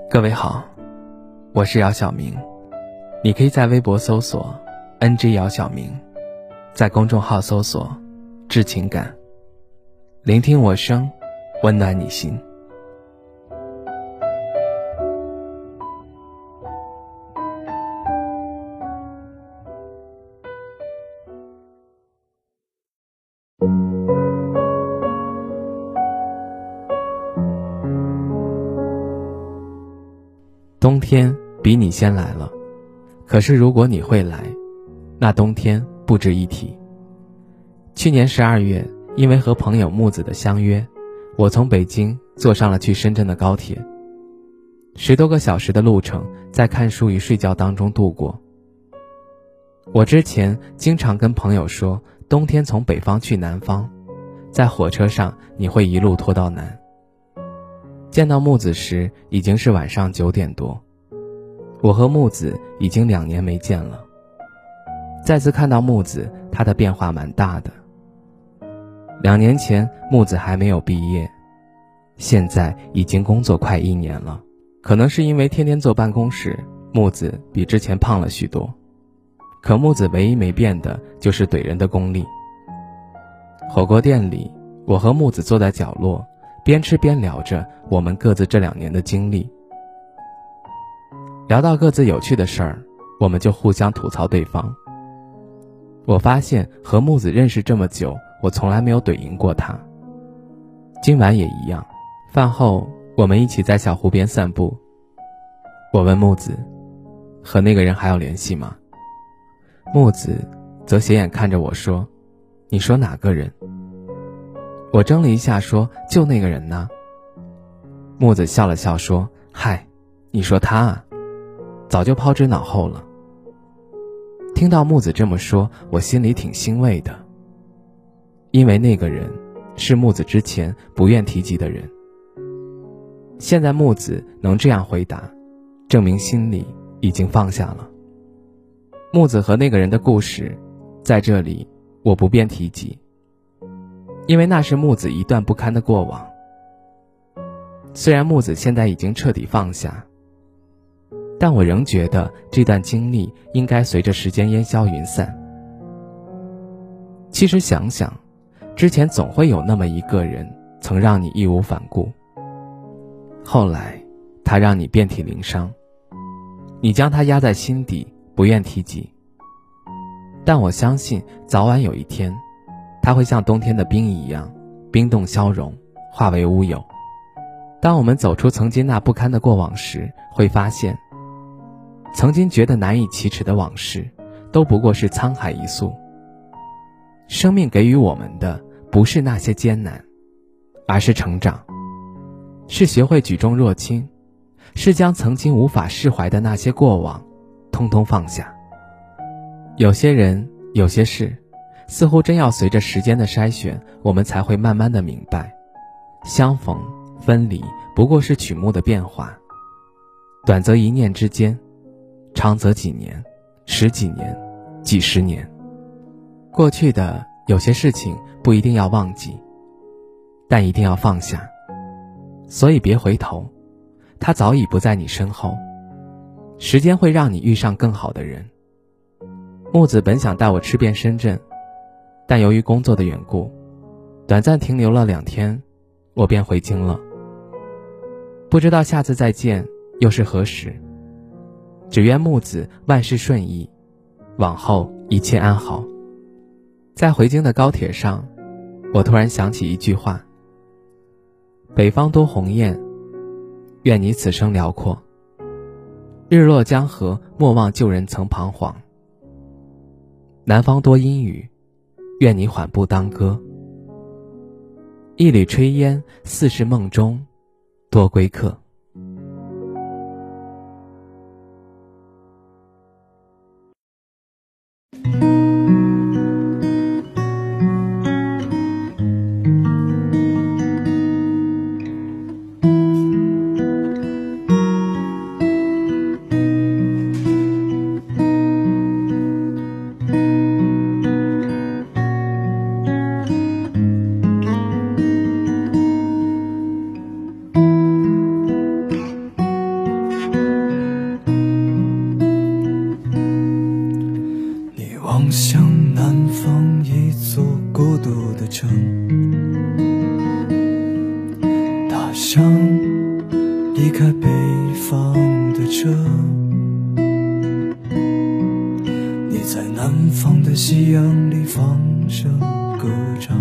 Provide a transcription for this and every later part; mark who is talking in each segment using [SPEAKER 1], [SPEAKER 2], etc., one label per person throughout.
[SPEAKER 1] 各位好，我是姚晓明，你可以在微博搜索 NG 姚晓明，在公众号搜索致情感，聆听我声，温暖你心。冬天比你先来了，可是如果你会来，那冬天不值一提。去年12月，因为和朋友木子的相约，我从北京坐上了去深圳的高铁，10多个小时的路程，在看书与睡觉当中度过。我之前经常跟朋友说，冬天从北方去南方，在火车上你会一路拖到南。见到木子时已经是晚上9点多，我和木子已经2年没见了。再次看到木子，他的变化蛮大的。2年前木子还没有毕业，现在已经工作快1年了。可能是因为天天坐办公室，木子比之前胖了许多。可木子唯一没变的就是怼人的功力。火锅店里，我和木子坐在角落，边吃边聊着我们各自这2年的经历。聊到各自有趣的事儿，我们就互相吐槽对方。我发现和木子认识这么久，我从来没有怼赢过他。今晚也一样，饭后我们一起在小湖边散步。我问木子，和那个人还有联系吗？木子则斜眼看着我说，你说哪个人？我怔了一下说，就那个人呢。木子笑了笑说，嗨，你说他啊，早就抛之脑后了。听到木子这么说，我心里挺欣慰的，因为那个人是木子之前不愿提及的人。现在木子能这样回答，证明心里已经放下了。木子和那个人的故事，在这里我不便提及，因为那是木子一段不堪的过往。虽然木子现在已经彻底放下，但我仍觉得这段经历应该随着时间烟消云散。其实想想，之前总会有那么一个人曾让你义无反顾，后来他让你遍体鳞伤，你将他压在心底，不愿提及。但我相信早晚有一天，他会像冬天的冰一样，冰冻消融，化为乌有。当我们走出曾经那不堪的过往时，会发现曾经觉得难以启齿的往事，都不过是沧海一粟。生命给予我们的不是那些艰难，而是成长，是学会举重若轻，是将曾经无法释怀的那些过往通通放下。有些人，有些事，似乎真要随着时间的筛选，我们才会慢慢的明白，相逢分离不过是曲目的变化，短则一念之间，长则几年、10几年、几十年。过去的有些事情不一定要忘记，但一定要放下。所以别回头，他早已不在你身后，时间会让你遇上更好的人。木子本想带我吃遍深圳，但由于工作的缘故，短暂停留了2天，我便回京了。不知道下次再见又是何时，只愿木子万事顺意，往后一切安好。在回京的高铁上，我突然想起一句话，北方多鸿雁，愿你此生辽阔，日落江河，莫忘旧人曾彷徨。南方多阴雨，愿你缓步当歌，一缕炊烟，似是梦中多归客。
[SPEAKER 2] 像离开北方的车，你在南方的夕阳里放声歌唱，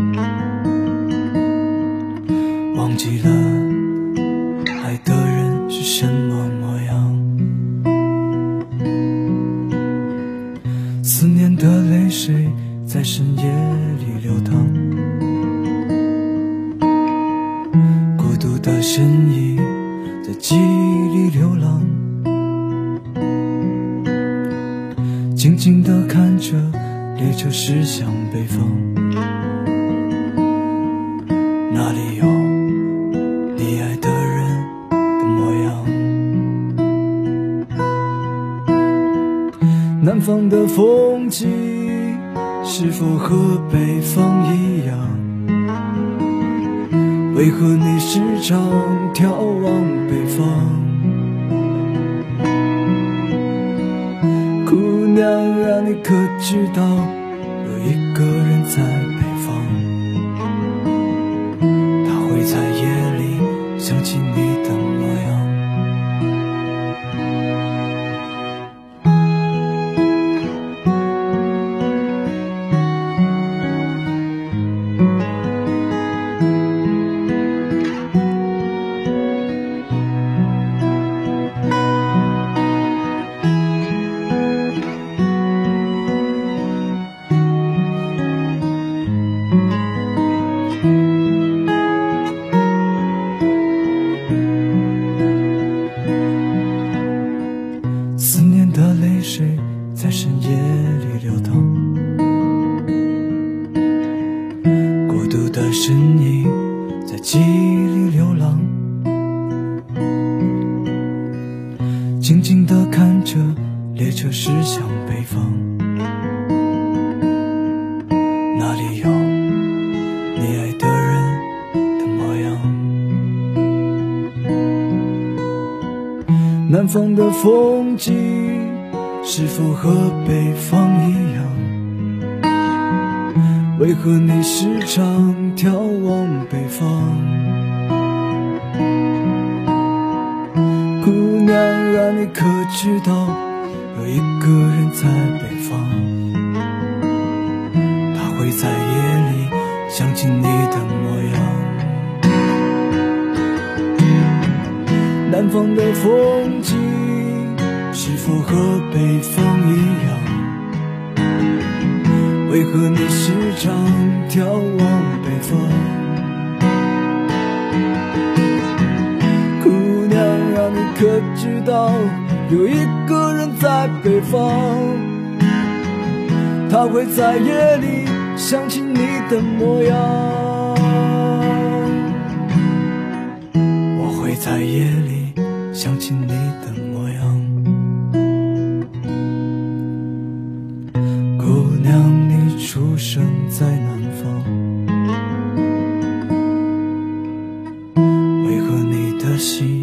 [SPEAKER 2] 忘记了爱的人是什么模样。思念的泪水在深夜里流淌，孤独的身影在记忆里流浪，静静地看着列车驶向北方，那里有你爱的人的模样。南方的风景是否和北方一样？为何你时常眺望北方？姑娘啊，你可知道有一个人在北方，他会在夜里想起你的模样。思念的泪水在深夜里流淌，孤独的身影在记忆里流浪，静静地看着列车驶向北方，那里有你爱的人的模样。南方的风景是否和北方一样？为何你时常眺望北方？姑娘啊，你可知道有一个人在北方，他会在夜里想起你的模样。南方的风景是否和北方一样？为何你时常眺望北方？姑娘啊，你可知道有一个人在北方，他会在夜里想起你的模样。我会在夜里想起你的模样。姑娘，你出生在南方，为何你的心